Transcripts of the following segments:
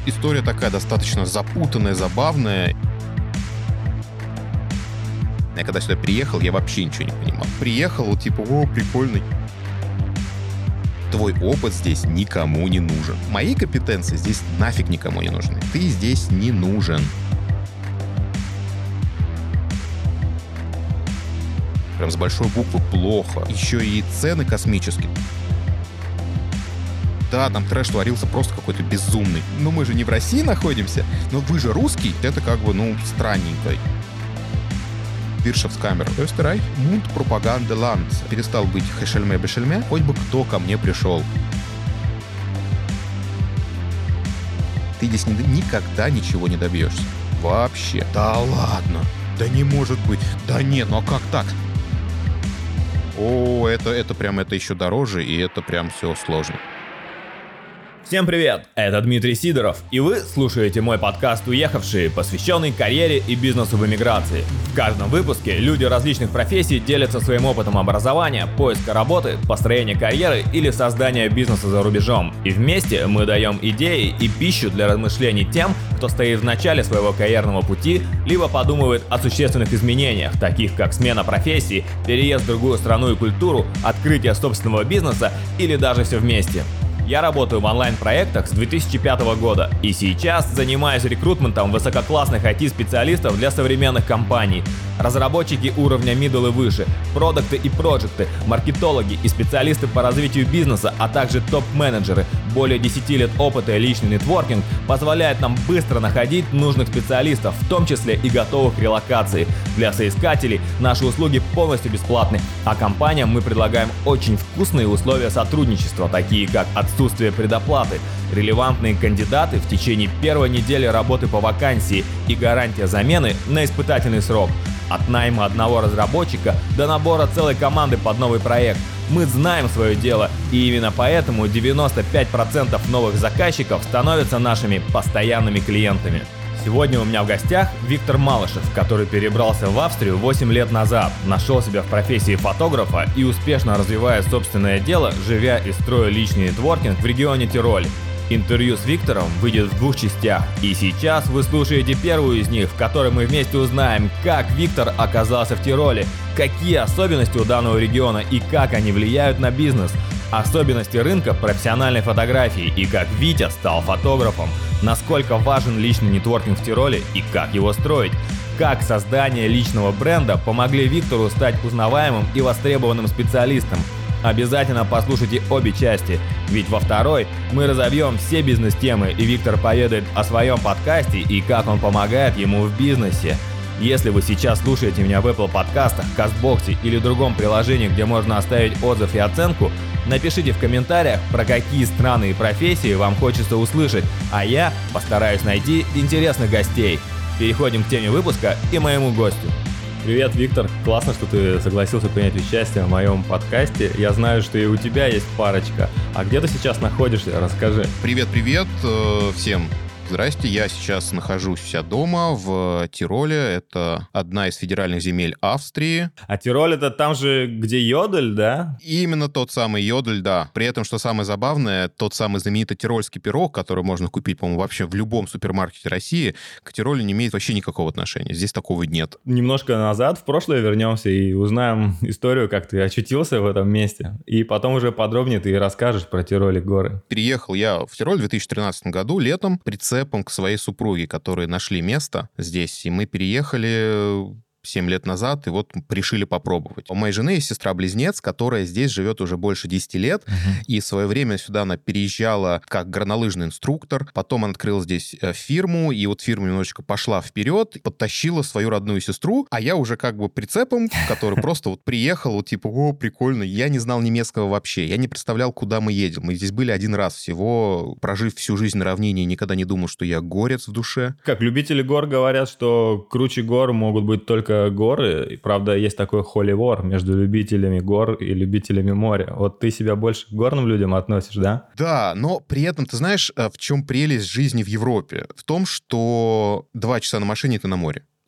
История такая достаточно запутанная, забавная. Я когда сюда приехал, я вообще ничего не понимал. Приехал, типа, о, прикольный. Твой опыт здесь никому не нужен. Мои компетенции здесь нафиг никому не нужны. Ты здесь не нужен. Прям с большой буквы плохо. Еще и цены космические. Да, там трэш творился просто какой-то безумный. Но мы же не в России находимся. Но вы же русский. Это как бы, странненько. Wirtschaftskamer Österreich, Mundpropagandaland. Перестал быть хэшельме-бешельме, хоть бы кто ко мне пришел. Ты здесь никогда ничего не добьешься. Вообще. Да ладно. Да не может быть. Да нет, ну а как так? О, это еще дороже, и это прям все сложно. Всем привет, это Дмитрий Сидоров, и вы слушаете мой подкаст «Уехавшие», посвященный карьере и бизнесу в эмиграции. В каждом выпуске люди различных профессий делятся своим опытом образования, поиска работы, построения карьеры или создания бизнеса за рубежом. И вместе мы даем идеи и пищу для размышлений тем, кто стоит в начале своего карьерного пути, либо подумывает о существенных изменениях, таких как смена профессии, переезд в другую страну и культуру, открытие собственного бизнеса или даже все вместе. Я работаю в онлайн-проектах с 2005 года и сейчас занимаюсь рекрутментом высококлассных IT-специалистов для современных компаний. Разработчики уровня middle и выше, продукты и проекты, маркетологи и специалисты по развитию бизнеса, а также топ-менеджеры. Более 10 лет опыта и личный нетворкинг позволяет нам быстро находить нужных специалистов, в том числе и готовых к релокации. Для соискателей наши услуги полностью бесплатны, а компаниям мы предлагаем очень вкусные условия сотрудничества, такие как отсутствие предоплаты, релевантные кандидаты в течение первой недели работы по вакансии и гарантия замены на испытательный срок. От найма одного разработчика до набора целой команды под новый проект. Мы знаем свое дело, и именно поэтому 95% новых заказчиков становятся нашими постоянными клиентами. Сегодня у меня в гостях Виктор Малышев, который перебрался в Австрию 8 лет назад, нашел себя в профессии фотографа и успешно развивает собственное дело, живя и строя личный нетворкинг в регионе Тироль. Интервью с Виктором выйдет в 2 частях, и сейчас вы слушаете первую из них, в которой мы вместе узнаем, как Виктор оказался в Тироле, какие особенности у данного региона и как они влияют на бизнес, особенности рынка профессиональной фотографии и как Витя стал фотографом, насколько важен личный нетворкинг в Тироле и как его строить, как создание личного бренда помогли Виктору стать узнаваемым и востребованным специалистом. Обязательно послушайте обе части, ведь во второй мы разовьем все бизнес-темы, и Виктор поведает о своем подкасте и как он помогает ему в бизнесе. Если вы сейчас слушаете меня в Apple подкастах, Кастбоксе или другом приложении, где можно оставить отзыв и оценку, напишите в комментариях, про какие страны и профессии вам хочется услышать, а я постараюсь найти интересных гостей. Переходим к теме выпуска и моему гостю. Привет, Виктор. Классно, что ты согласился принять участие в моем подкасте. Я знаю, что и у тебя есть парочка. А где ты сейчас находишься? Расскажи. Привет всем. Здрасте, я сейчас нахожусь у себя дома в Тироле. Это одна из федеральных земель Австрии. А Тироль — это там же, где Йодель, да? Именно тот самый Йодель, да. При этом, что самое забавное, тот самый знаменитый тирольский пирог, который можно купить, по-моему, вообще в любом супермаркете России, к Тиролю не имеет вообще никакого отношения. Здесь такого нет. Немножко назад, в прошлое вернемся и узнаем историю, как ты очутился в этом месте. И потом уже подробнее ты расскажешь про Тироль и горы. Переехал я в Тироль в 2013 году летом, прицепом к своей супруге, которые нашли место здесь, и мы переехали 7 лет назад, и вот решили попробовать. У моей жены есть сестра-близнец, которая здесь живет уже больше 10 лет, и в свое время сюда она переезжала как горнолыжный инструктор, потом она открыла здесь фирму, и вот фирма немножечко пошла вперед, подтащила свою родную сестру, а я уже как бы прицепом, который просто вот приехал, вот типа, о, прикольно, я не знал немецкого вообще, я не представлял, куда мы едем. Мы здесь были один раз всего, прожив всю жизнь на равнине, никогда не думал, что я горец в душе. Как любители гор говорят, что круче гор могут быть только горы. И, правда, есть такой holy war между любителями гор и любителями моря. Вот ты себя больше к горным людям относишь, да? Да, но при этом, ты знаешь, в чем прелесть жизни в Европе? В том, что 2 часа на машине ты на море.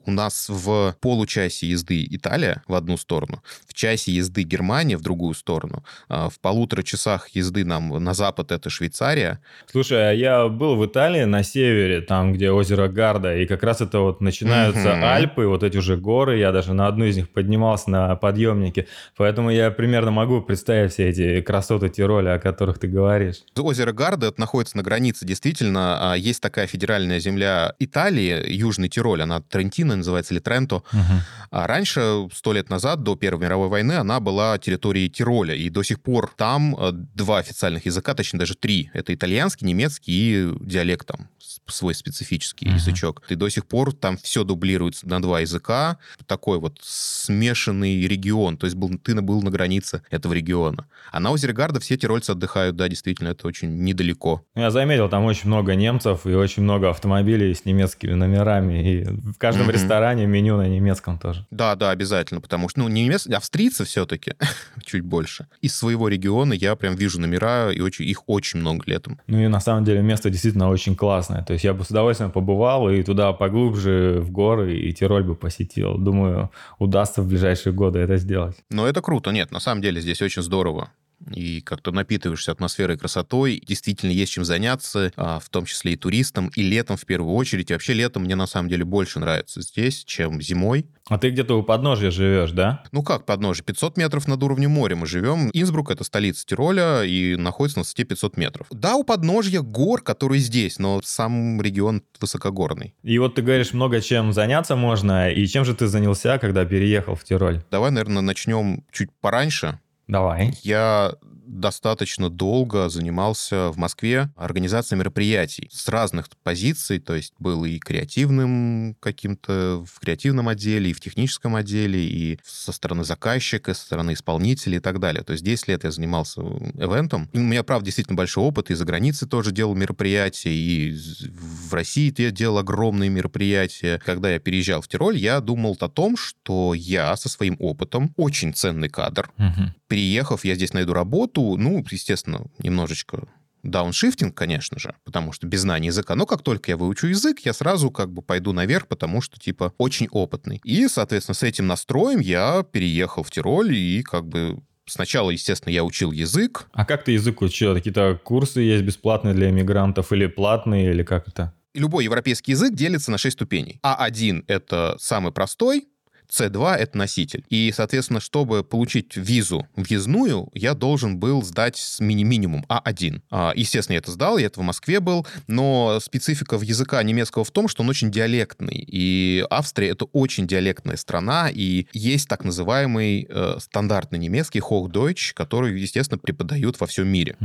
у нас в получасе езды Италия в одну сторону, в часе езды Германия в другую сторону, в 1,5 часах езды нам на запад это Швейцария. Слушай, а я был в Италии на севере, там, где озеро Гарда, и как раз это вот начинаются Альпы, вот эти уже горы, я даже на одну из них поднимался на подъемнике, поэтому я примерно могу представить все эти красоты Тироля, о которых ты говоришь. Озеро Гарда это находится на границе, действительно, есть такая федеральная земля Италии, Южный Тироль, она Трентино называется, или Тренто. А раньше, 100 лет назад, до Первой мировой войны, она была территорией Тироля, и до сих пор там 2 официальных языка, точнее даже 3. Это итальянский, немецкий и диалект там, свой специфический язычок. И до сих пор там все дублируется на 2 языка. Такой вот смешанный регион, то есть ты был на границе этого региона. А на озере Гарда все тирольцы отдыхают, да, действительно, это очень недалеко. Я заметил, там очень много немцев и очень много автомобилей с немецкими номерами, и в каждом ресторане меню на немецком тоже. Да, обязательно, потому что, не немецкие, австрийцы все-таки чуть больше. Из своего региона я прям вижу номера, и их очень много летом. Ну и на самом деле место действительно очень классное. То есть я бы с удовольствием побывал и туда поглубже в горы, и Тироль бы посетил. Думаю, удастся в ближайшие годы это сделать. Но это круто. Нет, на самом деле здесь очень здорово. И как-то напитываешься атмосферой и красотой. Действительно есть чем заняться, в том числе и туристам, и летом в первую очередь. И вообще летом мне на самом деле больше нравится здесь, чем зимой. А ты где-то у подножья живешь, да? Ну как подножье? 500 метров над уровнем моря мы живем. Инсбрук — это столица Тироля и находится на высоте 500 метров. Да, у подножья гор, которые здесь, но сам регион высокогорный. И вот ты говоришь, много чем заняться можно. И чем же ты занялся, когда переехал в Тироль? Давай, наверное, начнем чуть пораньше. Давай. Я достаточно долго занимался в Москве организацией мероприятий с разных позиций, то есть был и креативным каким-то, в креативном отделе, и в техническом отделе, и со стороны заказчика, со стороны исполнителей и так далее. То есть 10 лет я занимался ивентом. У меня, правда, действительно большой опыт, и за границей тоже делал мероприятия, и в России я делал огромные мероприятия. Когда я переезжал в Тироль, я думал о том, что я со своим опытом, очень ценный кадр, приехав, я здесь найду работу, естественно, немножечко дауншифтинг, конечно же, потому что без знания языка. Но как только я выучу язык, я сразу пойду наверх, потому что, очень опытный. И, соответственно, с этим настроем я переехал в Тироль, и сначала, естественно, я учил язык. А как ты язык учил? Какие-то курсы есть бесплатные для иммигрантов или платные, или как это? Любой европейский язык делится на 6 ступеней. А1 — это самый простой, C2 — это носитель. И, соответственно, чтобы получить визу въездную, я должен был сдать минимум А1. Естественно, я это сдал, я это в Москве был, но специфика языка немецкого в том, что он очень диалектный. И Австрия — это очень диалектная страна, и есть так называемый стандартный немецкий Hochdeutsch, который, естественно, преподают во всем мире.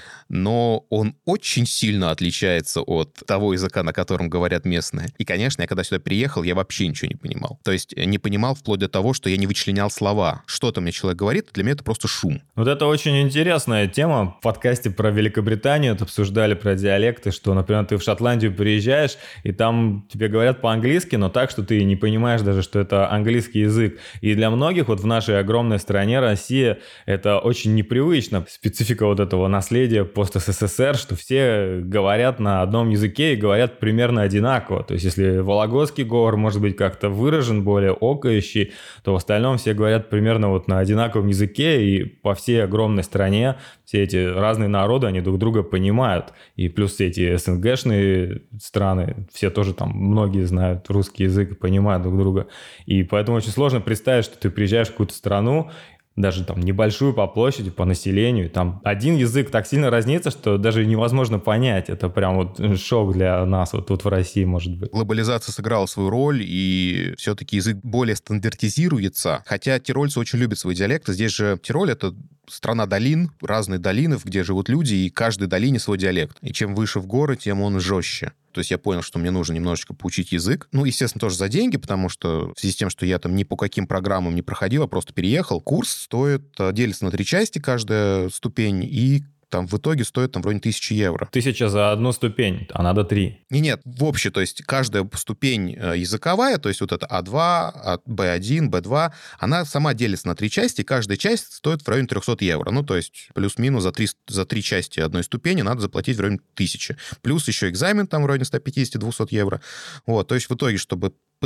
Но он очень сильно отличается от того языка, на котором говорят местные. И, конечно, я когда сюда приехал, я вообще ничего не понимал. То есть не понимал вплоть до того, что я не вычленял слова. Что-то мне человек говорит, для меня это просто шум. Вот это очень интересная тема. В подкасте про Великобританию обсуждали про диалекты, что, например, ты в Шотландию приезжаешь, и там тебе говорят по-английски, но так, что ты не понимаешь даже, что это английский язык. И для многих вот в нашей огромной стране Россия это очень непривычно. Специфика вот этого наследия пост-СССР, что все говорят на одном языке и говорят примерно одинаково. То есть если вологодский говор может быть как-то выражен, более окающий, то в остальном все говорят примерно вот на одинаковом языке, и по всей огромной стране все эти разные народы, они друг друга понимают. И плюс все эти СНГшные страны, все тоже там, многие знают русский язык и понимают друг друга. И поэтому очень сложно представить, что ты приезжаешь в какую-то страну, даже там небольшую по площади, по населению, там один язык так сильно разнится, что даже невозможно понять. Это прям вот шок для нас вот тут в России, может быть. Глобализация сыграла свою роль, и все-таки язык более стандартизируется. Хотя тирольцы очень любят свой диалект. Здесь же Тироль — это страна долин, разные долины, где живут люди, и каждой долине свой диалект. И чем выше в горы, тем он жестче. То есть я понял, что мне нужно немножечко поучить язык. Естественно, тоже за деньги, потому что в связи с тем, что я там ни по каким программам не проходил, а просто переехал, курс делится на 3 части, каждая ступень, и там в итоге стоит там вроде 1000 евро. 1000 за одну ступень, а надо 3. Нет, в общем, то есть каждая ступень языковая, то есть вот это А2, Б1, Б2, она сама делится на 3 части, и каждая часть стоит в районе 300 евро. То есть плюс-минус за 3 части одной ступени надо заплатить в районе 1000. Плюс еще экзамен там в районе 150-200 евро. То есть в итоге, чтобы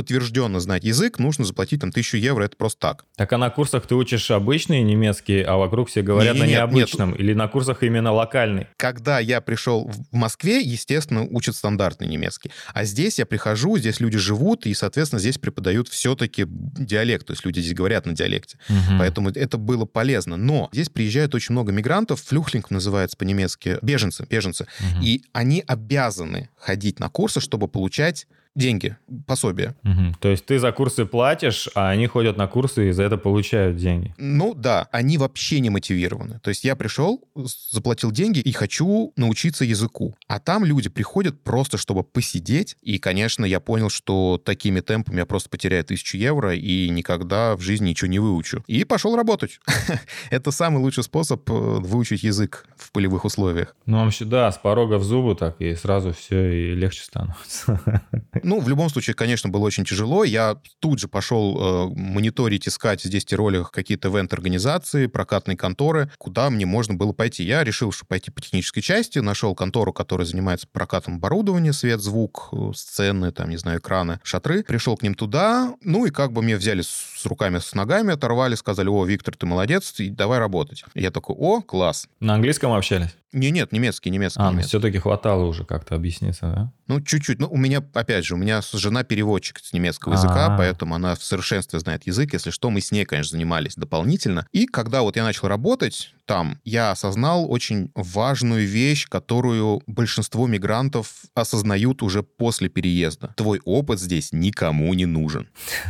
подтвержденно знать язык, нужно заплатить там 1000 евро, это просто так. Так а на курсах ты учишь обычный немецкий, а вокруг все говорят на необычном? Или на курсах именно локальный? Когда я пришел в Москве, естественно, учат стандартный немецкий. А здесь я прихожу, здесь люди живут, и, соответственно, здесь преподают все-таки диалект. То есть люди здесь говорят на диалекте. Поэтому это было полезно. Но здесь приезжает очень много мигрантов, флюхтлинг называется по-немецки, беженцы. И они обязаны ходить на курсы, чтобы получать деньги, пособие. То есть ты за курсы платишь, а они ходят на курсы и за это получают деньги. Ну да, они вообще не мотивированы. То есть я пришел, заплатил деньги и хочу научиться языку. А там люди приходят просто, чтобы посидеть. И, конечно, я понял, что такими темпами я просто потеряю 1000 евро и никогда в жизни ничего не выучу. И пошел работать. Это самый лучший способ выучить язык в полевых условиях. Ну, вообще, да, с порога в зубы так, и сразу все и легче становится. Ну, в любом случае, конечно, было очень тяжело. Я тут же пошел мониторить, искать здесь в Тироле какие-то ивент-организации, прокатные конторы, куда мне можно было пойти. Я решил, что пойти по технической части, нашел контору, которая занимается прокатом оборудования, свет, звук, сцены, там, не знаю, экраны, шатры. Пришел к ним туда, ну и как бы меня взяли с руками, с ногами, оторвали, сказали: о, Виктор, ты молодец, давай работать. Я такой: о, класс. На английском общались? Нет, немецкий. Все-таки хватало уже как-то объясниться, да? Ну, чуть-чуть. Ну, у меня, опять же, жена переводчик с немецкого языка, поэтому она в совершенстве знает язык. Если что, мы с ней, конечно, занимались дополнительно. И когда вот я начал работать там, я осознал очень важную вещь, которую большинство мигрантов осознают уже после переезда. Твой опыт здесь никому не нужен.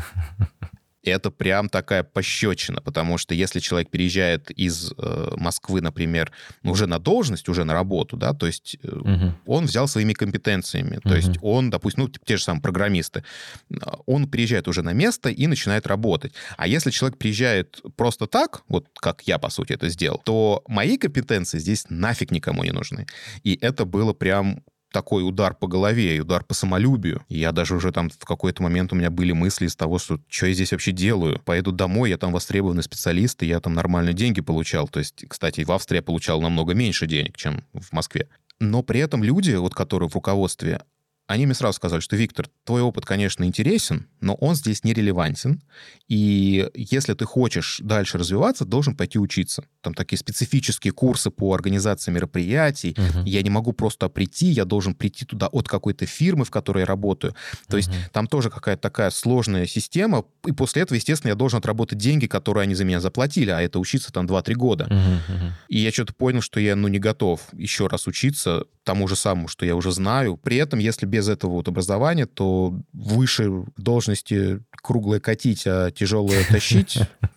Это прям такая пощечина, потому что если человек переезжает из Москвы, например, уже на должность, уже на работу, да, то есть он взял своими компетенциями, то есть он, допустим, ну, те же самые программисты, он приезжает уже на место и начинает работать. А если человек приезжает просто так, вот как я, по сути, это сделал, то мои компетенции здесь нафиг никому не нужны. И это было прям такой удар по голове и удар по самолюбию. И я даже уже там в какой-то момент у меня были мысли из того, что я здесь вообще делаю. Поеду домой, я там востребованный специалист, и я там нормальные деньги получал. То есть, кстати, в Австрии я получал намного меньше денег, чем в Москве. Но при этом люди, вот которые в руководстве, они мне сразу сказали, что: Виктор, твой опыт, конечно, интересен, но он здесь нерелевантен. И если ты хочешь дальше развиваться, должен пойти учиться. Там такие специфические курсы по организации мероприятий. Я не могу просто прийти, я должен прийти туда от какой-то фирмы, в которой я работаю. То есть там тоже какая-то такая сложная система. И после этого, естественно, я должен отработать деньги, которые они за меня заплатили, а это учиться там 2-3 года. И я что-то понял, что я, не готов еще раз учиться тому же самому, что я уже знаю. При этом, если без этого вот образования, то выше должности круглое катить, а тяжелое тащить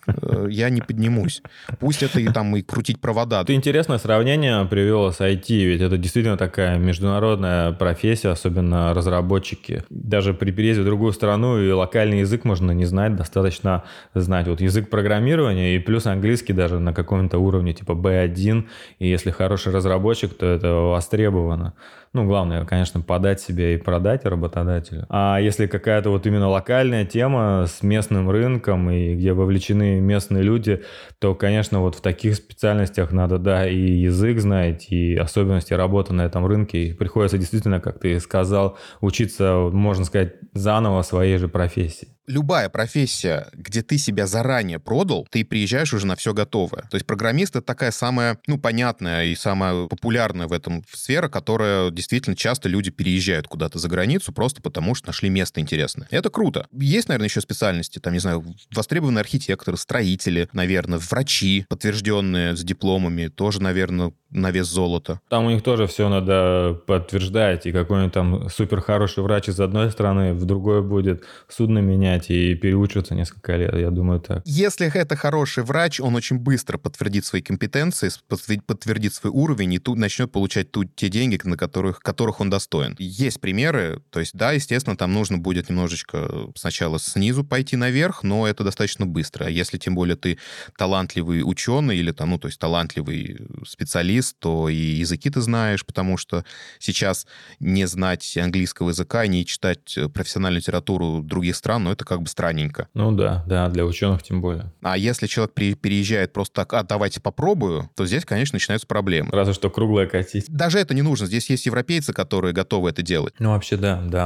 я не поднимусь. Пусть это и там и крутить провода. Ты интересное сравнение привел с IT, ведь это действительно такая международная профессия, особенно разработчики. Даже при переезде в другую страну и локальный язык можно не знать, достаточно знать вот язык программирования и плюс английский даже на каком-то уровне типа B1, и если хороший разработчик, то это востребовано. Ну, главное, конечно, подать себя и продать работодателю. А если какая-то вот именно локальная тема с местным рынком и где вовлечены местные люди, то, конечно, вот в таких специальностях надо, да, и язык знать, и особенности работы на этом рынке. И приходится действительно, как ты сказал, учиться, можно сказать, заново своей же профессии. Любая профессия, где ты себя заранее продал, ты приезжаешь уже на все готовое. То есть программист — это такая самая, понятная и самая популярная в этом сфера, которая действительно часто люди переезжают куда-то за границу просто потому, что нашли место интересное. Это круто. Есть, наверное, еще специальности, там, не знаю, востребованные архитекторы, строители, наверное, врачи, подтвержденные с дипломами, тоже, наверное, на вес золота. Там у них тоже все надо подтверждать, и какой-нибудь там супер хороший врач из одной страны в другой будет судно менять и переучиваться несколько лет, я думаю, так. Если это хороший врач, он очень быстро подтвердит свои компетенции, подтвердит свой уровень и тут начнет получать те деньги, на которых он достоин. Есть примеры, то есть, да, естественно, там нужно будет немножечко сначала снизу пойти наверх, но это достаточно быстро. А если тем более ты талантливый ученый или там, то есть талантливый специалист, то и языки ты знаешь, потому что сейчас не знать английского языка, не читать профессиональную литературу других стран, это как бы странненько. Ну да, для ученых тем более. А если человек переезжает просто так: давайте попробую, то здесь, конечно, начинаются проблемы. Разве что круглое катить. Даже это не нужно. Здесь есть европейцы, которые готовы это делать. Ну, вообще, да.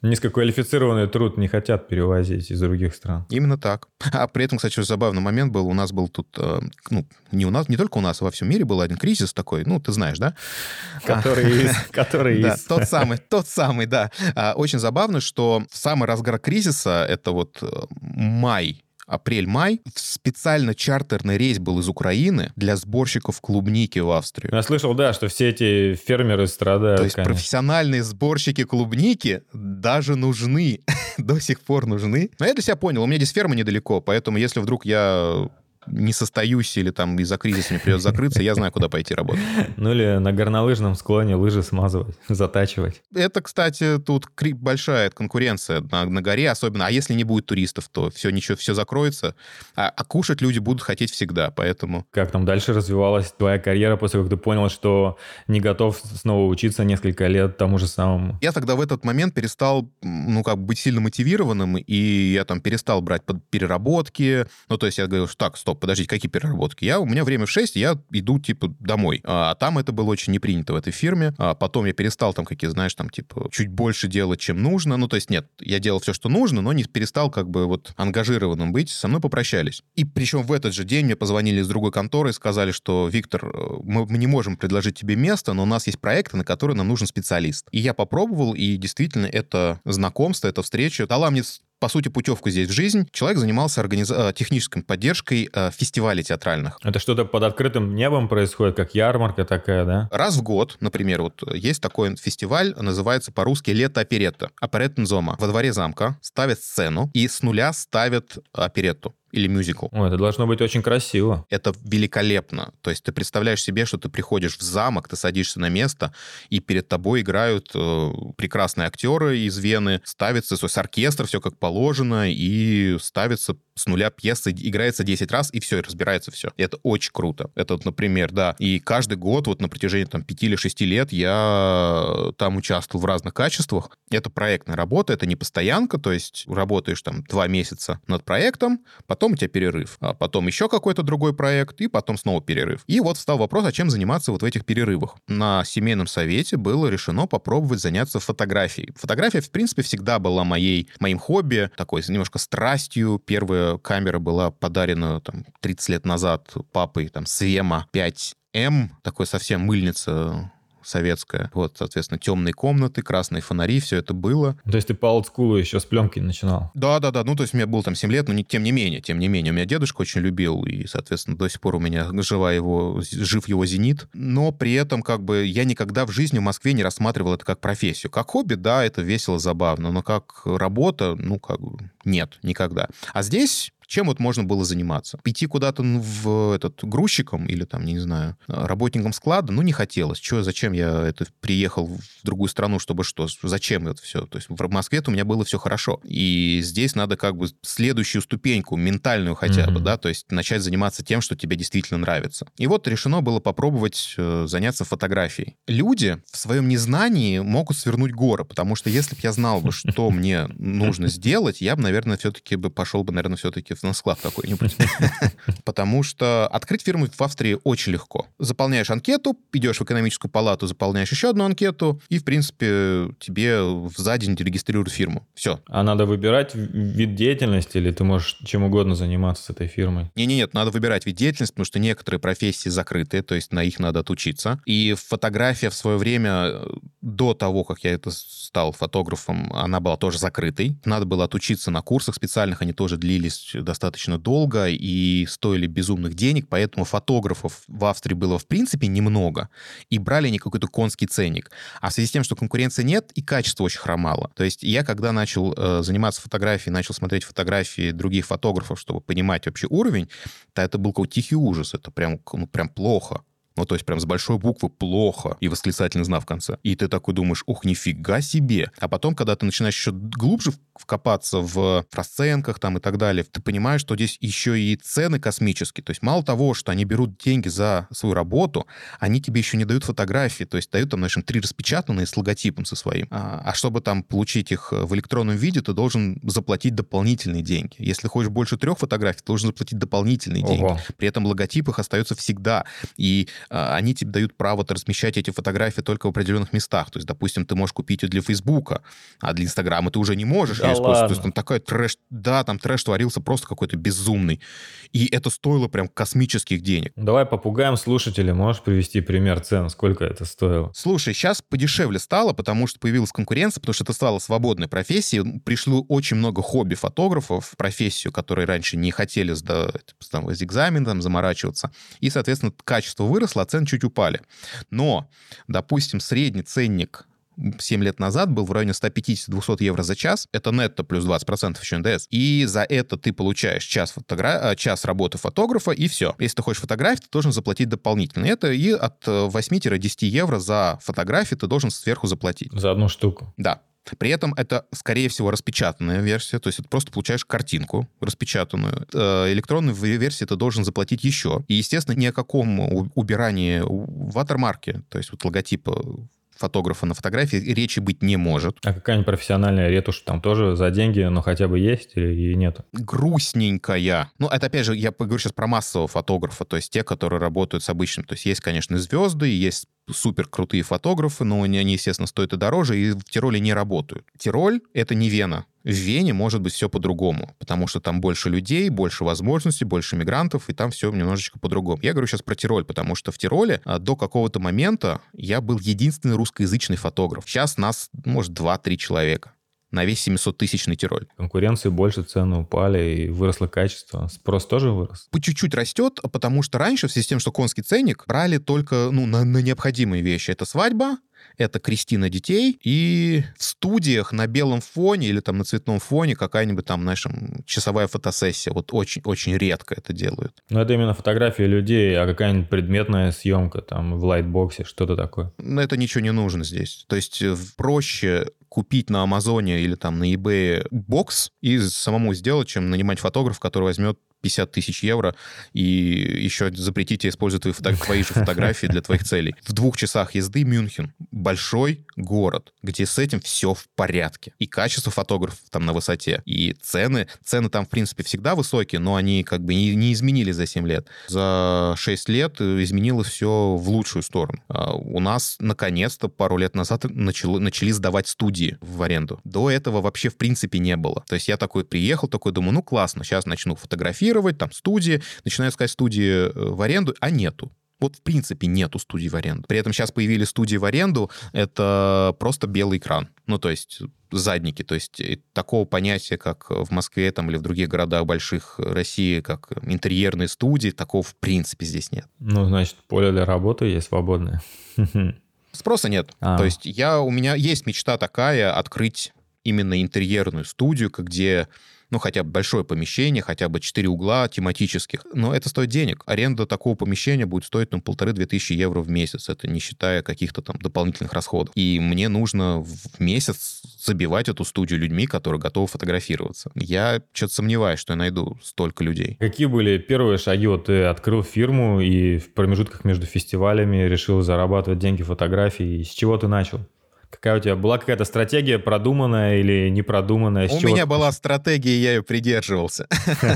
Низкоквалифицированный труд не хотят перевозить из других стран. Именно так. А при этом, кстати, забавный момент был. У нас был тут, не у нас, не только у нас, а во всем мире был один кризис такой, ты знаешь, да? Который Да, тот самый, да. Очень забавно, что в самый разгар кризиса, это вот апрель-май, специально чартерный рейс был из Украины для сборщиков клубники в Австрию. Я слышал, да, что все эти фермеры страдают. То есть профессиональные сборщики клубники даже нужны, до сих пор нужны. Но я для себя понял, у меня здесь ферма недалеко, поэтому если вдруг я не состоюсь или там из-за кризиса мне придется закрыться, я знаю, куда пойти работать. Или на горнолыжном склоне лыжи смазывать, затачивать. Это, кстати, тут большая конкуренция на горе, особенно, а если не будет туристов, то все закроется, а кушать люди будут хотеть всегда, поэтому... Как там дальше развивалась твоя карьера после как ты понял, что не готов снова учиться несколько лет тому же самому? Я тогда в этот момент перестал, быть сильно мотивированным, и я там перестал брать переработки, то есть я говорил, что так, стоп, подождите, какие переработки? У меня время в 6, я иду, домой. А там это было очень не принято в этой фирме. А потом я перестал чуть больше делать, чем нужно. То есть нет, я делал все, что нужно, но не перестал ангажированным быть. Со мной попрощались. И причем в этот же день мне позвонили из другой конторы и сказали, что, Виктор, мы не можем предложить тебе место, но у нас есть проекты, на которые нам нужен специалист. И я попробовал, и действительно это знакомство, эта встреча дала мне, по сути, путевку здесь в жизнь. Человек занимался технической поддержкой фестивалей театральных. Это что-то под открытым небом происходит, как ярмарка такая, да? Раз в год, например, есть такой фестиваль, называется по-русски «Лето оперетта». Опереттензома. Во дворе замка ставят сцену и с нуля ставят оперетту или мюзикл. Это должно быть очень красиво. Это великолепно. То есть ты представляешь себе, что ты приходишь в замок, ты садишься на место, и перед тобой играют прекрасные актеры из Вены, ставится с оркестра, все как положено, и ставится с нуля пьеса, играется 10 раз, и все, и разбирается все. И это очень круто. Это, например, да. И каждый год, на протяжении 5 или 6 лет я там участвовал в разных качествах. Это проектная работа, это не постоянка, то есть работаешь 2 месяца над проектом, потом у тебя перерыв, а потом еще какой-то другой проект, и потом снова перерыв. И встал вопрос, а чем заниматься в этих перерывах. На семейном совете было решено попробовать заняться фотографией. Фотография, в принципе, всегда была моим хобби, такой немножко страстью. Первая камера была подарена 30 лет назад папой, Свема 5М, такой совсем мыльница советская. Соответственно, темные комнаты, красные фонари, все это было. То есть ты по олдскулу еще с пленки начинал? Да. То есть у меня было 7 лет, но тем не менее, у меня дедушка очень любил, и, соответственно, до сих пор у меня жив его «Зенит». Но при этом я никогда в жизни в Москве не рассматривал это как профессию. Как хобби, да, это весело, забавно, но как работа, нет, никогда. А здесь... Чем можно было заниматься? Идти куда-то грузчиком или работником склада, не хотелось. Зачем я приехал в другую страну, чтобы что? Зачем это все? То есть в Москве у меня было все хорошо. И здесь надо следующую ступеньку, ментальную хотя бы, да, то есть начать заниматься тем, что тебе действительно нравится. И решено было попробовать заняться фотографией. Люди в своем незнании могут свернуть горы, потому что если бы я знал, что мне нужно сделать, я бы, наверное, пошел на склад какой-нибудь. Потому что открыть фирму в Австрии очень легко. Заполняешь анкету, идешь в экономическую палату, заполняешь еще одну анкету, и, в принципе, тебе за день регистрируют фирму. Все. А надо выбирать вид деятельности, или ты можешь чем угодно заниматься с этой фирмой? Нет, надо выбирать вид деятельности, потому что некоторые профессии закрыты, то есть на их надо отучиться. И фотография в свое время, до того, как я стал фотографом, она была тоже закрытой. Надо было отучиться на курсах специальных, они тоже длились достаточно долго и стоили безумных денег, поэтому фотографов в Австрии было в принципе немного, и брали они какой-то конский ценник. А в связи с тем, что конкуренции нет, и качество очень хромало. То есть я, когда начал заниматься фотографией, начал смотреть фотографии других фотографов, чтобы понимать вообще уровень, то это был какой-то тихий ужас, это прям плохо. То есть прям с большой буквы «плохо» и восклицательный знак в конце. И ты такой думаешь, ух, нифига себе. А потом, когда ты начинаешь еще глубже вкопаться в расценках и так далее, ты понимаешь, что здесь еще и цены космические. То есть мало того, что они берут деньги за свою работу, они тебе еще не дают фотографии. То есть дают 3 распечатанные с логотипом со своим. А чтобы получить их в электронном виде, ты должен заплатить дополнительные деньги. Если хочешь больше 3 фотографий, ты должен заплатить дополнительные деньги. При этом логотип их остается всегда. И они тебе дают право размещать эти фотографии только в определенных местах. То есть, допустим, ты можешь купить ее для Фейсбука, а для Инстаграма ты уже не можешь Да ее использовать. ладно. То есть там такой трэш, да, там трэш творился просто какой-то безумный. И это стоило прям космических денег. Давай попугаем слушателей. Можешь привести пример цен? Сколько это стоило? Слушай, сейчас подешевле стало, потому что появилась конкуренция, потому что это стало свободной профессией. Пришло очень много хобби-фотографов в профессию, которые раньше не хотели сдавать экзамен, там, заморачиваться. И, соответственно, качество выросло, а цены чуть упали. Но, допустим, средний ценник 7 лет назад был в районе 150-200 евро за час. Это нетто плюс 20% еще НДС. И за это ты получаешь час работы фотографа, и все. Если ты хочешь фотографии, ты должен заплатить дополнительно. Это и от 8-10 евро за фотографии ты должен сверху заплатить. За одну штуку? Да. При этом это, скорее всего, распечатанная версия, то есть ты просто получаешь картинку распечатанную. Электронную версию ты должен заплатить еще. И, естественно, ни о каком убирании ватермарки, то есть вот логотипа фотографа на фотографии речи быть не может. А какая-нибудь профессиональная ретушь там тоже за деньги, но хотя бы есть или нет? Грустненькая. Ну, это, опять же, я поговорю сейчас про массового фотографа, то есть те, которые работают с обычным. То есть, конечно, звезды, есть супер крутые фотографы, но они, естественно, стоят и дороже, и в Тироле не работают. Тироль — это не Вена. В Вене может быть все по-другому, потому что там больше людей, больше возможностей, больше мигрантов, и там все немножечко по-другому. Я говорю сейчас про Тироль, потому что в Тироле до какого-то момента я был единственный русскоязычный фотограф. Сейчас нас, может, 2-3 человека на весь 700-тысячный Тироль. Конкуренции больше, цены упали, и выросло качество. Спрос тоже вырос? По чуть-чуть растет, потому что раньше в связи с тем, что конский ценник, брали только на необходимые вещи. Это свадьба, это крестина детей, и в студиях на белом фоне или там на цветном фоне какая-нибудь там, знаешь, часовая фотосессия. Вот очень-очень редко это делают. Но это именно фотографии людей, а какая-нибудь предметная съемка там в лайтбоксе, что-то такое? Но это ничего не нужно здесь. То есть проще купить на Амазоне или там на eBay бокс и самому сделать, чем нанимать фотографа, который возьмет 50 тысяч евро и еще запретить тебе использовать твои же фотографии для твоих целей. В 2 часах езды Мюнхен. Большой город, где с этим все в порядке. И качество фотографов там на высоте. И цены там, в принципе, всегда высокие, но они как бы не изменились за 7 лет. За 6 лет изменилось все в лучшую сторону. У нас, наконец-то, пару лет назад начали сдавать студии в аренду. До этого вообще, в принципе, не было. То есть я такой приехал, думаю, ну классно, сейчас начну фотографировать, там студии, начинаю искать студии в аренду, а нету. Вот, в принципе, нету студий в аренду. При этом сейчас появились студии в аренду, это просто белый экран. Ну, то есть задники. То есть такого понятия, как в Москве там, или в других городах больших России, как интерьерные студии, такого, в принципе, здесь нет. Ну, значит, поле для работы есть свободное. Спроса нет. То есть у меня есть мечта такая, открыть именно интерьерную студию, где хотя бы большое помещение, хотя бы 4 угла тематических. Но это стоит денег. Аренда такого помещения будет стоить 1,5-2 тысячи евро в месяц. Это не считая каких-то там дополнительных расходов. И мне нужно в месяц забивать эту студию людьми, которые готовы фотографироваться. Я что-то сомневаюсь, что я найду столько людей. Какие были первые шаги? Вот ты открыл фирму и в промежутках между фестивалями решил зарабатывать деньги фотографии. С чего ты начал? Какая у тебя была какая-то стратегия, продуманная или непродуманная? У меня была стратегия, я ее придерживался.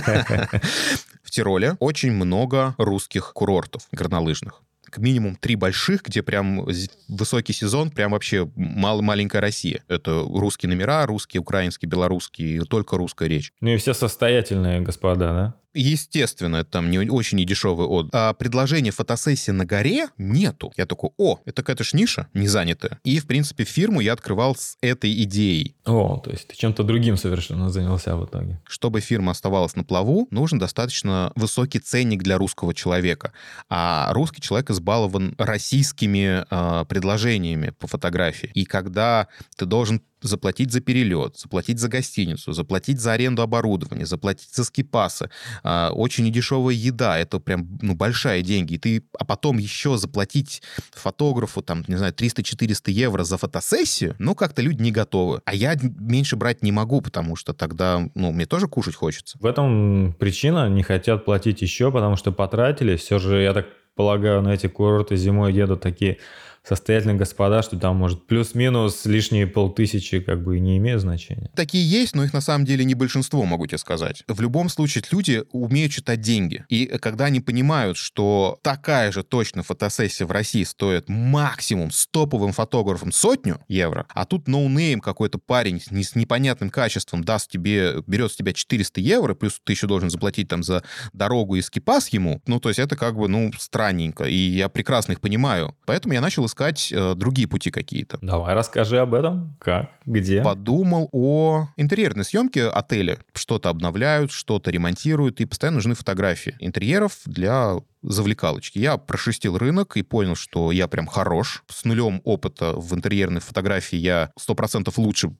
В Тироле очень много русских курортов горнолыжных. Как минимум 3 больших, где прям высокий сезон, прям вообще маленькая Россия. Это русские номера, русские, украинские, белорусские, только русская речь. Ну и все состоятельные господа, да? Естественно, это там не очень недешевый отдых. А предложения фотосессии на горе нету. Я такой, это какая-то ж ниша не занятая. И, в принципе, фирму я открывал с этой идеей. То есть ты чем-то другим совершенно занялся в итоге. Чтобы фирма оставалась на плаву, нужен достаточно высокий ценник для русского человека. А русский человек избалован российскими предложениями по фотографии. И когда ты должен заплатить за перелет, заплатить за гостиницу, заплатить за аренду оборудования, заплатить за скипасы. Очень недешевая еда, это прям большие деньги. А потом еще заплатить фотографу, там, не знаю, 300-400 евро за фотосессию, как-то люди не готовы. А я меньше брать не могу, потому что тогда, мне тоже кушать хочется. В этом причина, не хотят платить еще, потому что потратили. Все же, я так полагаю, на эти курорты зимой едут такие состоятельные господа, что там, может, плюс-минус лишние 500 как бы и не имеют значения. Такие есть, но их на самом деле не большинство, могу тебе сказать. В любом случае, люди умеют считать деньги. И когда они понимают, что такая же точно фотосессия в России стоит максимум с топовым фотографом 100 евро, а тут ноунейм какой-то парень с непонятным качеством берет с тебя 400 евро, плюс ты еще должен заплатить там за дорогу и скипас ему, ну, то есть это как бы, странненько. И я прекрасно их понимаю. Поэтому я начал искать другие пути какие-то. Давай расскажи об этом. Как? Где? Подумал о интерьерной съемке отеля. Что-то обновляют, что-то ремонтируют, и постоянно нужны фотографии интерьеров для завлекалочки. Я прошерстил рынок и понял, что я прям хорош. С нулем опыта в интерьерной фотографии я 100% лучше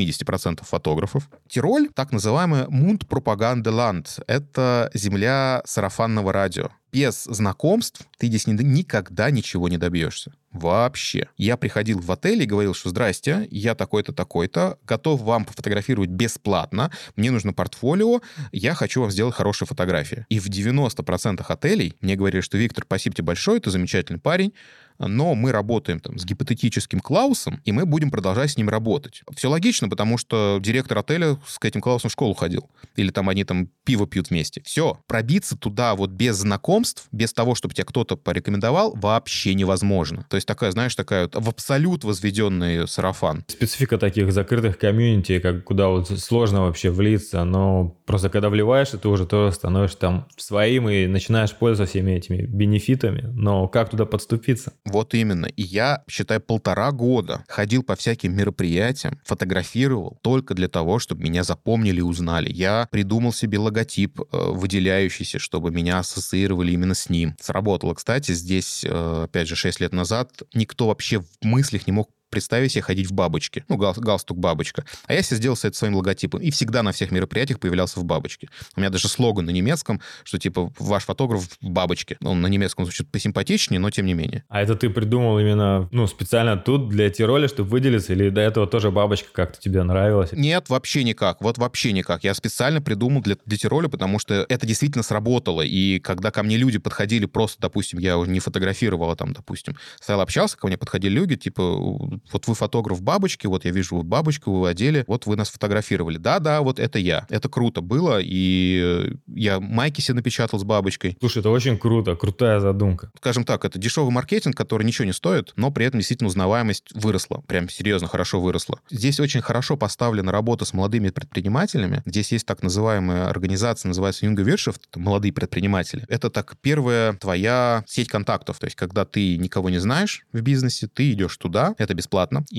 80% фотографов. Тироль, так называемый Mundpropagandland. Это земля сарафанного радио. Без знакомств ты здесь никогда ничего не добьешься. Вообще. Я приходил в отель и говорил, что здрасте, я такой-то, такой-то, готов вам пофотографировать бесплатно, мне нужно портфолио, я хочу вам сделать хорошие фотографии. И в 90% отелей мне говорили, что Виктор, спасибо тебе большое, ты замечательный парень, но мы работаем там с гипотетическим Клаусом, и мы будем продолжать с ним работать. Все логично, потому что директор отеля с этим Клаусом в школу ходил. Или там они там пиво пьют вместе. Все. Пробиться туда вот без знакомств, без того, чтобы тебя кто-то порекомендовал, вообще невозможно. То есть такая, знаешь, такая вот в абсолют возведенный сарафан. Специфика таких закрытых комьюнити, куда вот сложно вообще влиться, но просто когда вливаешься, ты уже тоже становишься там своим и начинаешь пользоваться всеми этими бенефитами. Но как туда подступиться? Вот именно. И я, считай, 1,5 года ходил по всяким мероприятиям, фотографировал только для того, чтобы меня запомнили и узнали. Я придумал себе логотип выделяющийся, чтобы меня ассоциировали именно с ним. Сработало, кстати, здесь, опять же, 6 лет назад никто вообще в мыслях не мог представить себе ходить в бабочке. Галстук бабочка. А я себе сделал это своим логотипом. И всегда на всех мероприятиях появлялся в бабочке. У меня даже слоган на немецком, что типа ваш фотограф в бабочке. Он на немецком звучит посимпатичнее, но тем не менее. А это ты придумал именно, специально тут для Тироля, чтобы выделиться? Или до этого тоже бабочка как-то тебе нравилась? Нет, вообще никак. Вот вообще никак. Я специально придумал для Тироля, потому что это действительно сработало. И когда ко мне люди подходили просто, допустим, я уже не фотографировал, а там, допустим, стоял, общался, ко мне подходили люди, типа, вот вы фотограф бабочки, вот я вижу вот бабочку, вы одели, вот вы нас фотографировали. Да, вот это я. Это круто было, и я майки себе напечатал с бабочкой. Слушай, это очень круто, крутая задумка. Скажем так, это дешевый маркетинг, который ничего не стоит, но при этом действительно узнаваемость выросла. Прям серьезно хорошо выросла. Здесь очень хорошо поставлена работа с молодыми предпринимателями. Здесь есть так называемая организация, называется Junge Wirtschaft, молодые предприниматели. Это так первая твоя сеть контактов. То есть, когда ты никого не знаешь в бизнесе, ты идешь туда, это бесплатно,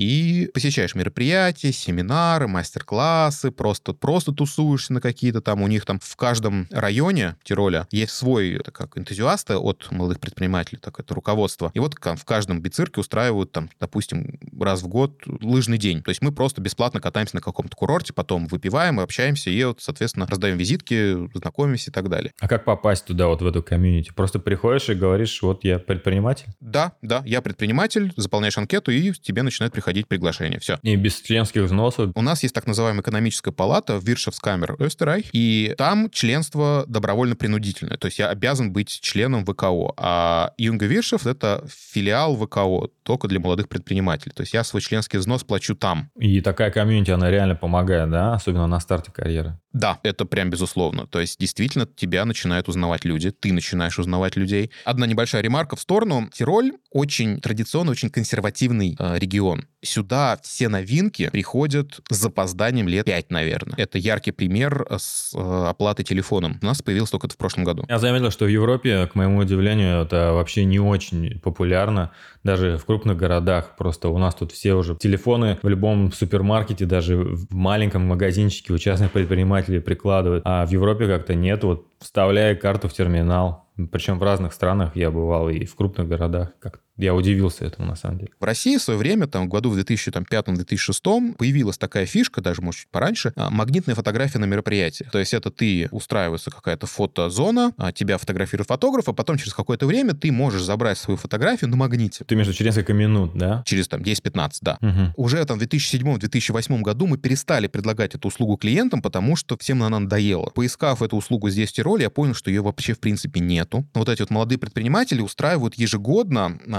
и посещаешь мероприятия, семинары, мастер-классы, просто тусуешься на какие-то там, у них там в каждом районе Тироля есть свой, это как энтузиасты от молодых предпринимателей, так это руководство. И вот в каждом бицирке устраивают там, допустим, раз в год лыжный день. То есть мы просто бесплатно катаемся на каком-то курорте, потом выпиваем, общаемся и вот, соответственно, раздаем визитки, знакомимся и так далее. А как попасть туда, вот в эту комьюнити? Просто приходишь и говоришь, вот я предприниматель? Да, я предприниматель, заполняешь анкету, и тебе начинает приходить приглашение. Все. И без членских взносов? У нас есть так называемая экономическая палата Wirtschaftskamer Österreich, и там членство добровольно-принудительное. То есть я обязан быть членом ВКО. А Junge Wirtschaft — это филиал ВКО, только для молодых предпринимателей. То есть я свой членский взнос плачу там. И такая комьюнити, она реально помогает, да? Особенно на старте карьеры. Да, это прям безусловно. То есть действительно тебя начинают узнавать люди, ты начинаешь узнавать людей. Одна небольшая ремарка в сторону. Тироль очень традиционный, очень консервативный регион. Сюда все новинки приходят с запозданием лет 5, наверное. Это яркий пример с оплатой телефоном. У нас появилось только это в прошлом году. Я заметил, что в Европе, к моему удивлению, это вообще не очень популярно. Даже в крупных городах. Просто у нас тут все уже телефоны в любом супермаркете, даже в маленьком магазинчике у частных предпринимателей прикладывают. А в Европе как-то нет. Вот вставляя карту в терминал. Причем в разных странах я бывал и в крупных городах. Я удивился этому, на самом деле. В России в свое время, в году в 2005-2006, появилась такая фишка, даже, может, чуть пораньше, магнитная фотография на мероприятии. То есть это ты, устраивается какая-то фотозона, тебя фотографирует фотограф, а потом через какое-то время ты можешь забрать свою фотографию на магните. Ты между через несколько минут, да? Через 10-15, да. Угу. Уже в 2007-2008 году мы перестали предлагать эту услугу клиентам, потому что всем она надоела. Поискав эту услугу здесь в Тироле, я понял, что ее вообще в принципе нету. Вот эти вот молодые предприниматели устраивают ежегодно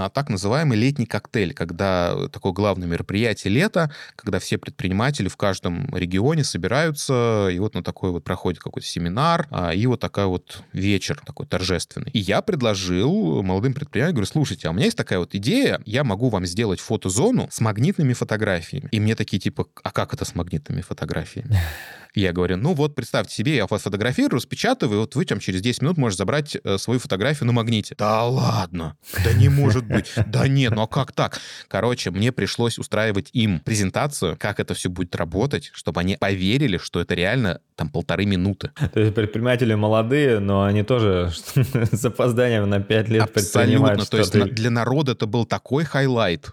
на так называемый летний коктейль, когда такое главное мероприятие лета, когда все предприниматели в каждом регионе собираются, и вот на такой вот проходит какой-то семинар, и вот такой вот вечер такой торжественный. И я предложил молодым предпринимателям, говорю, слушайте, а у меня есть такая вот идея, я могу вам сделать фотозону с магнитными фотографиями. И мне такие типа, а как это с магнитными фотографиями? Я говорю, ну вот представьте себе, я вас фотографирую, распечатываю, и вот вы там через 10 минут можете забрать свою фотографию на магните. Да ладно, да не может быть, да нет, ну а как так? Короче, мне пришлось устраивать им презентацию, как это все будет работать, чтобы они поверили, что это реально там 1,5 минуты. То есть предприниматели молодые, но они тоже с опозданием на 5 лет предпринимают. Абсолютно, то есть для народа это был такой хайлайт.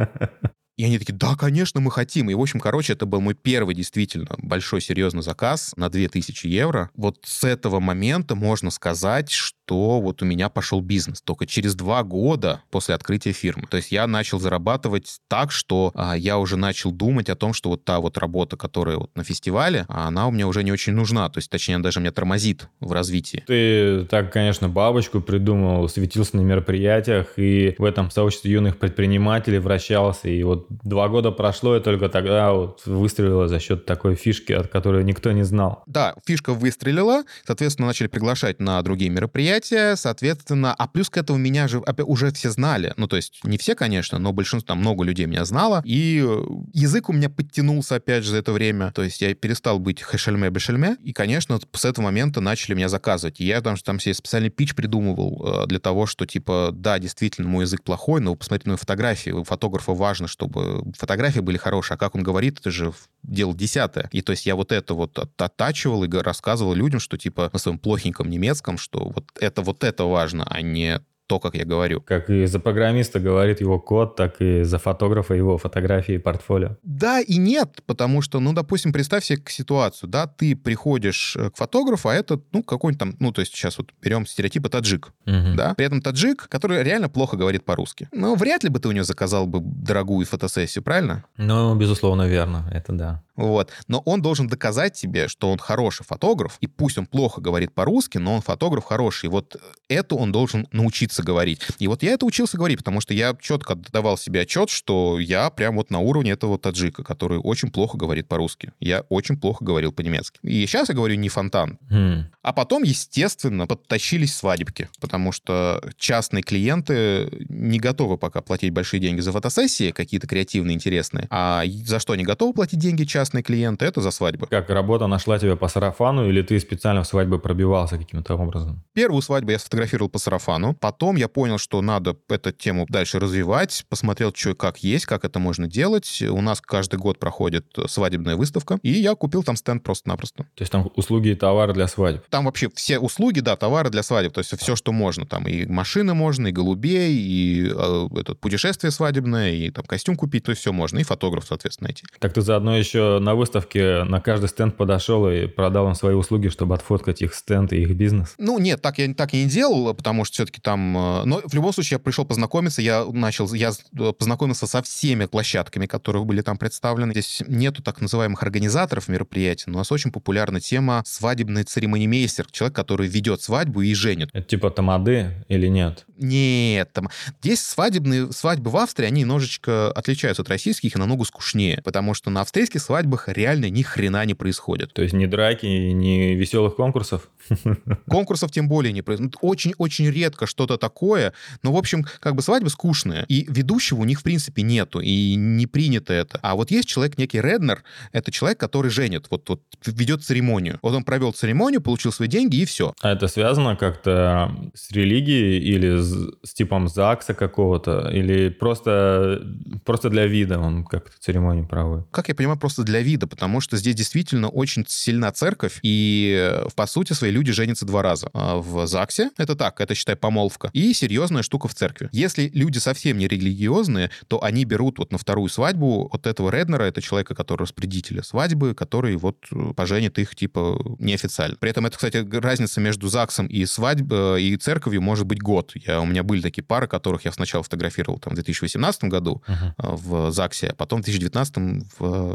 И они такие, да, конечно, мы хотим. И, в общем, короче, это был мой первый действительно большой серьезный заказ на 2000 евро. Вот с этого момента можно сказать, что вот у меня пошел бизнес. Только через 2 года после открытия фирмы. То есть я начал зарабатывать так, что я уже начал думать о том, что вот та вот работа, которая вот на фестивале, она у меня уже не очень нужна. То есть, точнее, она даже меня тормозит в развитии. Ты так, конечно, бабочку придумал, светился на мероприятиях и в этом сообществе юных предпринимателей вращался. И вот 2 года прошло, и только тогда вот выстрелило за счет такой фишки, от которой никто не знал. Да, фишка выстрелила, соответственно, начали приглашать на другие мероприятия, соответственно, а плюс к этому меня же уже все знали, ну, то есть не все, конечно, но большинство, там много людей меня знало, и язык у меня подтянулся, опять же, за это время, то есть я перестал быть хэшельме-бешельме, и, конечно, с этого момента начали меня заказывать, и я там себе специальный питч придумывал для того, что, типа, да, действительно, мой язык плохой, но посмотрите на фотографии, у фотографа важно, чтобы фотографии были хорошие, а как он говорит, это же дело 10-е. И то есть я вот это вот оттачивал и рассказывал людям, что типа на своем плохеньком немецком, что вот это важно, а не то, как я говорю. Как и за программиста говорит его код, так и за фотографа его фотографии и портфолио. Да и нет, потому что, ну, допустим, представь себе ситуацию, да, ты приходишь к фотографу, а это, ну, какой-нибудь там, ну, то есть сейчас вот берем стереотипы таджик, да, при этом таджик, который реально плохо говорит по-русски. Ну, вряд ли бы ты у него заказал бы дорогую фотосессию, правильно? Ну, безусловно, верно, это да. Вот. Но он должен доказать тебе, что он хороший фотограф, и пусть он плохо говорит по-русски, но он фотограф хороший. И вот это он должен научиться говорить. И вот я это учился говорить, потому что я четко давал себе отчет, что я прям вот на уровне этого таджика, который очень плохо говорит по-русски. Я очень плохо говорил по-немецки. И сейчас я говорю не фонтан. А потом, естественно, подтащились свадебки, потому что частные клиенты не готовы пока платить большие деньги за фотосессии, какие-то креативные, интересные. А за что они готовы платить деньги частные клиенты? Это за свадьбы. Как работа нашла тебя по сарафану, или ты специально в свадьбы пробивался каким-то образом? Первую свадьбу я сфотографировал по сарафану. Потом я понял, что надо эту тему дальше развивать. Посмотрел, что и как есть, как это можно делать. У нас каждый год проходит свадебная выставка. И я купил там стенд просто-напросто. То есть там услуги и товары для свадеб? Там вообще все услуги, да, товары для свадеб. То есть все, что можно. Там и машины можно, и голубей, и путешествие свадебное, и там костюм купить. То есть все можно. И фотограф, соответственно, найти. Так ты заодно еще на выставке на каждый стенд подошел и продал им свои услуги, чтобы отфоткать их стенд и их бизнес? Ну, нет, так я не делал, потому что все-таки там... Но в любом случае я пришел познакомиться, я познакомился со всеми площадками, которые были там представлены. Здесь нету так называемых организаторов мероприятий, но у нас очень популярна тема свадебный церемонимейстер, человек, который ведет свадьбу и женит. Это типа тамады или нет? Нет, здесь свадьбы в Австрии, они немножечко отличаются от российских и намного скучнее, потому что на австрийских свадьбах реально ни хрена не происходит. То есть ни драки, ни веселых конкурсов? Конкурсов тем более не происходит. Очень-очень редко что-то такое, но, в общем, как бы свадьбы скучные, и ведущего у них, в принципе, нету, и не принято это. А вот есть человек, некий реднер, это человек, который женит, вот ведет церемонию. Вот он провел церемонию, получил свои деньги, и все. А это связано как-то с религией или с типом ЗАГСа какого-то, или просто для вида он как-то церемонию проводит? Как я понимаю, просто для вида, потому что здесь действительно очень сильна церковь, и по сути своей люди женятся 2 раза. В ЗАГСе, это так, это, считай, помолвка, и серьезная штука в церкви. Если люди совсем не религиозные, то они берут вот на вторую свадьбу вот этого реднера, это человека, который распорядителя свадьбы, который вот поженит их типа неофициально. При этом это, кстати, разница между ЗАГСом и свадьбой и церковью может быть год. У меня были такие пары, которых я сначала фотографировал там в 2018 году в ЗАГСе, а потом в 2019 в церкви.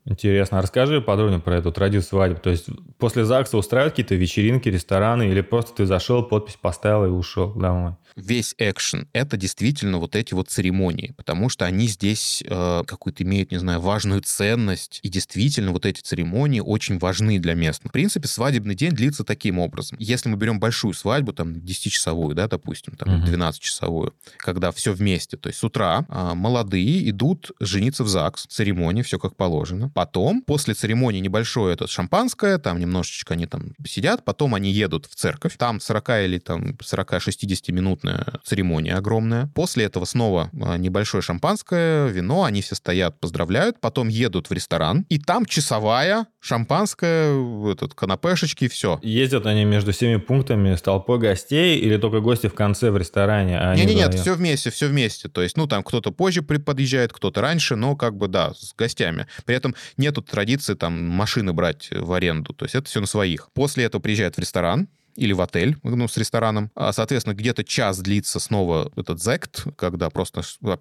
Интересно. А расскажи подробнее про эту традицию свадьбы. То есть после ЗАГСа устраивают какие-то вечеринки, рестораны, или просто ты зашел, подпись поставил и ушел домой? Весь экшен — это действительно вот эти вот церемонии, потому что они здесь какую-то имеют, не знаю, важную ценность, и действительно вот эти церемонии очень важны для местных. В принципе, свадебный день длится таким образом. Если мы берем большую свадьбу, там, 10-часовую, да, допустим, там, 12-часовую, когда все вместе, то есть с утра молодые идут жениться в ЗАГС, церемония, все как положено. Потом, после церемонии небольшое это шампанское, там немножечко они там сидят, потом они едут в церковь, там 40 или там 40-60 минут церемония огромная. После этого снова небольшое шампанское, вино, они все стоят, поздравляют, потом едут в ресторан, и там часовая, шампанское, канапешечки, все. Ездят они между всеми пунктами с толпой гостей или только гости в конце в ресторане? Нет, все вместе. То есть, там кто-то позже подъезжает, кто-то раньше, но да, с гостями. При этом нету традиции там машины брать в аренду, то есть это все на своих. После этого приезжают в ресторан, или в отель, с рестораном. Соответственно, где-то час длится снова этот зект, когда просто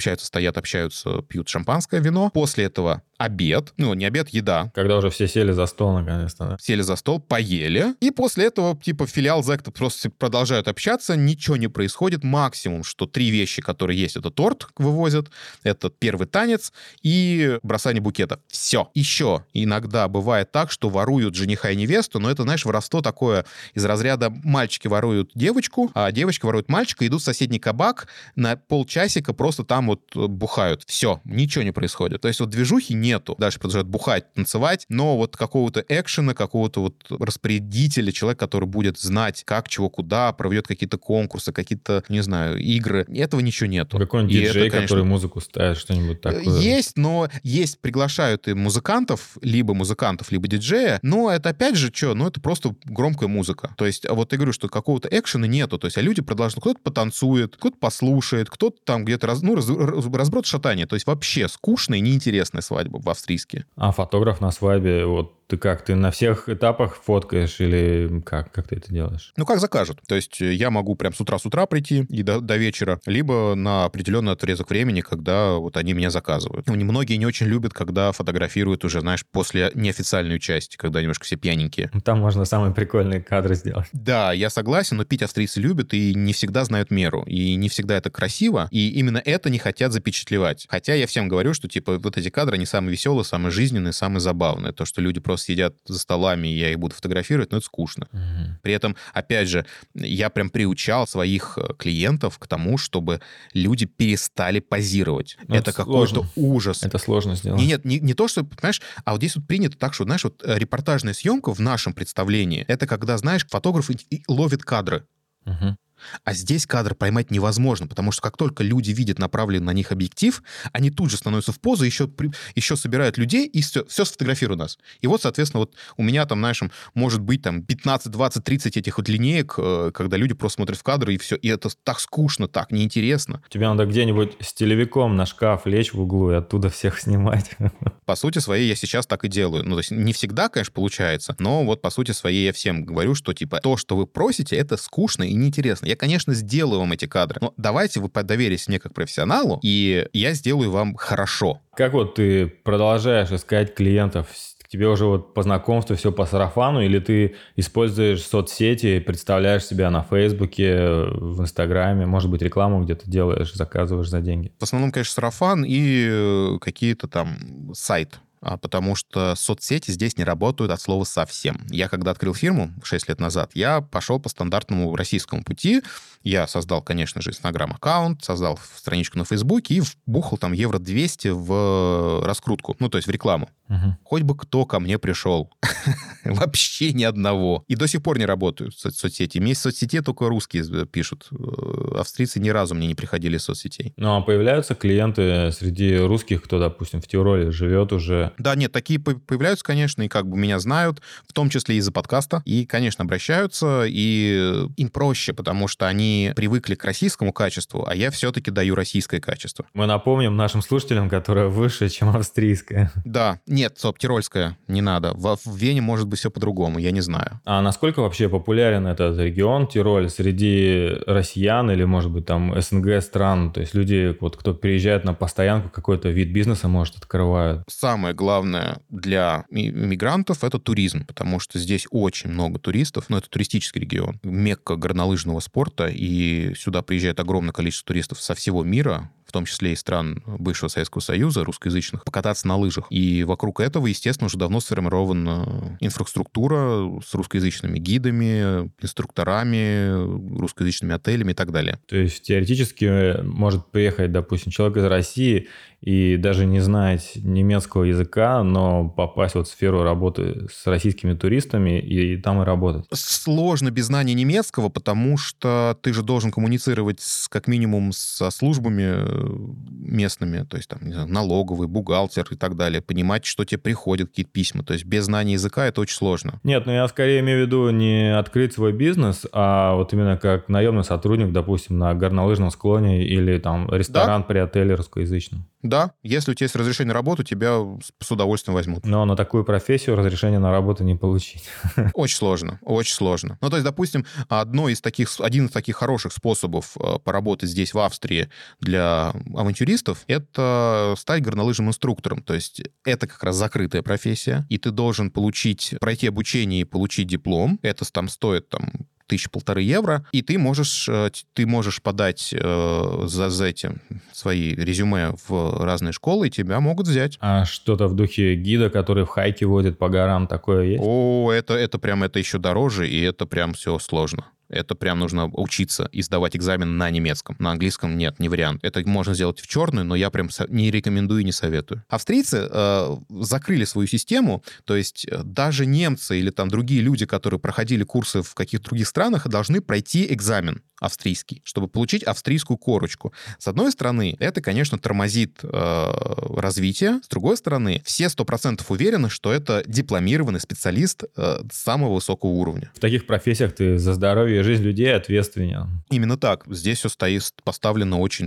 общаются, пьют шампанское, вино. После этого обед, не обед, еда. Когда уже все сели за стол, наконец-то, да? Сели за стол, поели, и после этого, филиал зекта просто продолжают общаться, ничего не происходит. Максимум, что 3 вещи, которые есть, это торт вывозят, это первый танец и бросание букета. Все. Еще иногда бывает так, что воруют жениха и невесту, но это, знаешь, воровство такое из разряда мальчики воруют девочку, а девочка ворует мальчика, идут в соседний кабак, на полчасика просто там бухают. Все, ничего не происходит. То есть движухи нету. Дальше продолжают бухать, танцевать, но какого-то экшена, какого-то распорядителя, человека, который будет знать, как, чего, куда, проведет какие-то конкурсы, какие-то, не знаю, игры. Этого ничего нету. Какой-нибудь диджей, это, конечно, который музыку ставит, что-нибудь такое? Есть, но приглашают и музыкантов, либо диджея, но это опять же это просто громкая музыка. То есть я говорю, что какого-то экшена нету, то есть люди продолжают, кто-то потанцует, кто-то послушает, кто-то там где-то разброд шатание, то есть вообще скучная и неинтересная свадьба по-австрийски. А фотограф на свадьбе, ты на всех этапах фоткаешь или как ты это делаешь? Как закажут. То есть я могу прям с утра прийти и до вечера, либо на определенный отрезок времени, когда они меня заказывают. Многие не очень любят, когда фотографируют уже, знаешь, после неофициальную часть, когда немножко все пьяненькие. Там можно самые прикольные кадры сделать. Да, я согласен, но пить австрийцы любят и не всегда знают меру, и не всегда это красиво, и именно это не хотят запечатлевать. Хотя я всем говорю, что эти кадры, они самые веселые, самые жизненные, самые забавные. То, что люди просто сидят за столами, и я их буду фотографировать, но это скучно. При этом, опять же, я прям приучал своих клиентов к тому, чтобы люди перестали позировать. Это какой-то ужас. Это сложно сделать. Нет, не то, что, понимаешь, а здесь принято так, что, знаешь, репортажная съемка в нашем представлении, это когда, знаешь, фотограф ловит кадры. А здесь кадр поймать невозможно, потому что как только люди видят направленный на них объектив, они тут же становятся в позу, еще собирают людей, и все сфотографируют нас. И соответственно, у меня там, знаешь, может быть там 15, 20, 30 этих линеек, когда люди просто смотрят в кадр, и все. И это так скучно, так неинтересно. Тебе надо где-нибудь с телевиком на шкаф лечь в углу и оттуда всех снимать. По сути своей я сейчас так и делаю. То есть не всегда, конечно, получается, но по сути своей я всем говорю, что то, что вы просите, это скучно и неинтересно. Я, конечно, сделаю вам эти кадры, но давайте вы доверитесь мне как профессионалу, и я сделаю вам хорошо. Как ты продолжаешь искать клиентов? Тебе уже по знакомству все по сарафану, или ты используешь соцсети, представляешь себя на Фейсбуке, в Инстаграме, может быть, рекламу где-то делаешь, заказываешь за деньги? В основном, конечно, сарафан и какие-то там сайты. Потому что соцсети здесь не работают от слова совсем. Я когда открыл фирму 6 лет назад, я пошел по стандартному российскому пути. Я создал, конечно же, Инстаграм-аккаунт, создал страничку на Фейсбуке и вбухал там евро 200 в раскрутку, то есть в рекламу. Хоть бы кто ко мне пришел. Вообще ни одного. И до сих пор не работают соцсети. Мне из соцсетей только русские пишут. Австрийцы ни разу мне не приходили из соцсетей. Ну, а появляются клиенты среди русских, кто, допустим, в Тироле живет уже? Да, нет, такие появляются, конечно, и меня знают, в том числе и из-за подкаста. И, конечно, обращаются, и им проще, потому что они привыкли к российскому качеству, а я все-таки даю российское качество. Мы напомним нашим слушателям, которое выше, чем австрийское. Да, нет, тирольское не надо. В Вене может быть все по-другому, я не знаю. А насколько вообще популярен этот регион Тироль среди россиян или, может быть, там СНГ стран? То есть люди, кто приезжает на постоянку, какой-то вид бизнеса, может, открывают? Самое главное для мигрантов — это туризм, потому что здесь очень много туристов, это туристический регион, мекка горнолыжного спорта, и сюда приезжает огромное количество туристов со всего мира, в том числе и стран бывшего Советского Союза, русскоязычных, покататься на лыжах. И вокруг этого, естественно, уже давно сформирована инфраструктура с русскоязычными гидами, инструкторами, русскоязычными отелями и так далее. То есть теоретически может приехать, допустим, человек из России и даже не знать немецкого языка, но попасть в сферу работы с российскими туристами и там и работать. Сложно без знания немецкого, потому что ты же должен коммуницировать как минимум со службами местными, то есть там, не знаю, налоговый, бухгалтер и так далее, понимать, что тебе приходят какие-то письма. То есть без знания языка это очень сложно. Нет, я скорее имею в виду не открыть свой бизнес, а именно как наемный сотрудник, допустим, на горнолыжном склоне или там ресторан при отеле русскоязычном. Да, если у тебя есть разрешение на работу, тебя с удовольствием возьмут. Но на такую профессию разрешение на работу не получить. Очень сложно, очень сложно. То есть, допустим, один из таких хороших способов поработать здесь, в Австрии, для авантюристов, это стать горнолыжным инструктором. То есть это как раз закрытая профессия, и ты должен пройти обучение и получить диплом. Это там стоит 1,5 евро, и ты можешь подать за эти свои резюме в разные школы, и тебя могут взять. А что-то в духе гида, который в хайке водит по горам, такое есть? Это еще дороже, и это прям все сложно. Это прям нужно учиться и сдавать экзамен на немецком. На английском нет, не вариант. Это можно сделать в черную, но я прям не рекомендую и не советую. Австрийцы закрыли свою систему, то есть даже немцы или там другие люди, которые проходили курсы в каких-то других странах, должны пройти экзамен австрийский, чтобы получить австрийскую корочку. С одной стороны, это, конечно, тормозит развитие. С другой стороны, все 100% уверены, что это дипломированный специалист самого высокого уровня. В таких профессиях ты за здоровье и жизнь людей ответственен. Именно так. Здесь все поставлено очень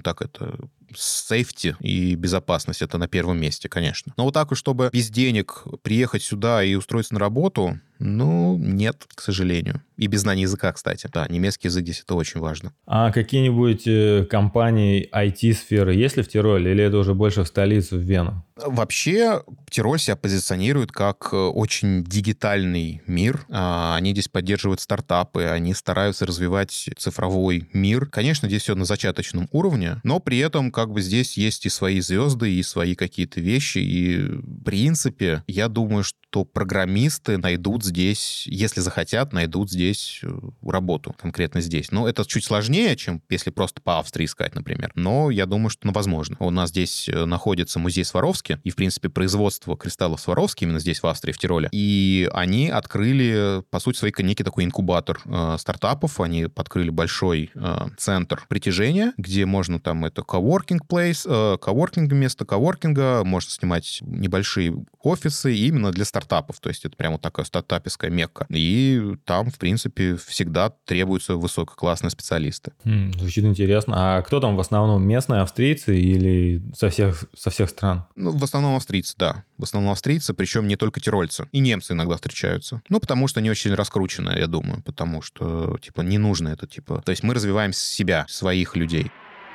сейфти и безопасность. Это на первом месте, конечно. Но так чтобы без денег приехать сюда и устроиться на работу, нет, к сожалению. И без знания языка, кстати. Да, немецкий язык здесь это очень важно. А какие-нибудь компании IT-сферы есть ли в Тироле, или это уже больше в столицу, в Вену? Вообще, Тироль себя позиционирует как очень дигитальный мир. Они здесь поддерживают стартапы, они стараются развивать цифровой мир. Конечно, здесь все на зачаточном уровне, но при этом здесь есть и свои звезды, и свои какие-то вещи. И, в принципе, я думаю, что программисты найдут здесь, если захотят, найдут здесь работу, конкретно здесь. Но это чуть сложнее, чем если просто по Австрии искать, например. Но я думаю, что возможно. У нас здесь находится музей Сваровски, и, в принципе, производство кристаллов Сваровски именно здесь, в Австрии, в Тироле. И они открыли, по сути, некий такой инкубатор стартапов. Они открыли большой центр притяжения, где можно это coworking place, место коворкинга, можно снимать небольшие офисы именно для стартапов. То есть это прямо такая стартаперская мекка. И там, в принципе, всегда требуются высококлассные специалисты. Звучит интересно. А кто там в основном, местные австрийцы или со всех стран? В основном австрийцы, да. В основном австрийцы, причем не только тирольцы. И немцы иногда встречаются. Потому что они очень раскручены, я думаю. Потому что, не нужно это, То есть мы развиваем себя, своих людей.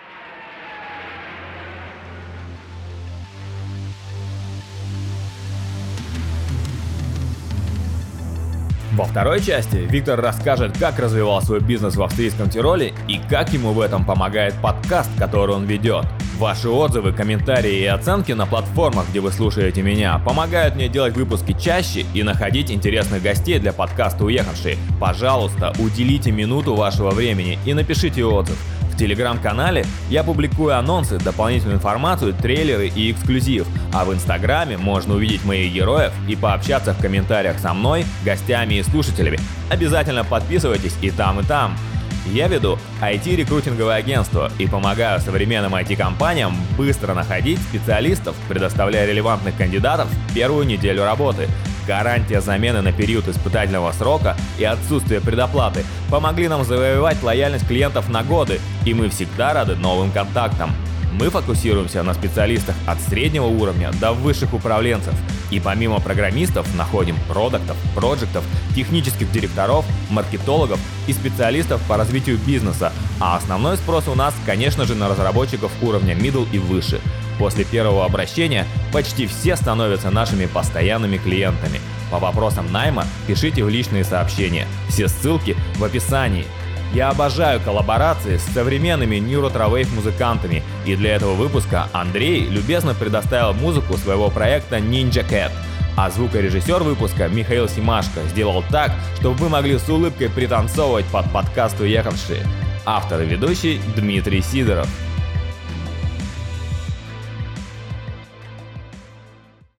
Во второй части Виктор расскажет, как развивал свой бизнес в австрийском Тироле и как ему в этом помогает подкаст, который он ведет. Ваши отзывы, комментарии и оценки на платформах, где вы слушаете меня, помогают мне делать выпуски чаще и находить интересных гостей для подкаста «Уехавшие». Пожалуйста, уделите минуту вашего времени и напишите отзыв. В Телеграм-канале я публикую анонсы, дополнительную информацию, трейлеры и эксклюзив, а в Инстаграме можно увидеть моих героев и пообщаться в комментариях со мной, гостями и слушателями. Обязательно подписывайтесь и там, и там. Я веду IT-рекрутинговое агентство и помогаю современным IT-компаниям быстро находить специалистов, предоставляя релевантных кандидатов в первую неделю работы. Гарантия замены на период испытательного срока и отсутствие предоплаты помогли нам завоевать лояльность клиентов на годы, и мы всегда рады новым контактам. Мы фокусируемся на специалистах от среднего уровня до высших управленцев. И помимо программистов находим продуктов, проектов, технических директоров, маркетологов и специалистов по развитию бизнеса. А основной спрос у нас, конечно же, на разработчиков уровня middle и выше. После первого обращения почти все становятся нашими постоянными клиентами. По вопросам найма пишите в личные сообщения. Все ссылки в описании. Я обожаю коллаборации с современными New Retro Wave музыкантами, и для этого выпуска Андрей любезно предоставил музыку своего проекта Ninja Cat. А звукорежиссер выпуска Михаил Симашко сделал так, чтобы вы могли с улыбкой пританцовывать под подкаст «Уехавшие». Автор и ведущий Дмитрий Сидоров.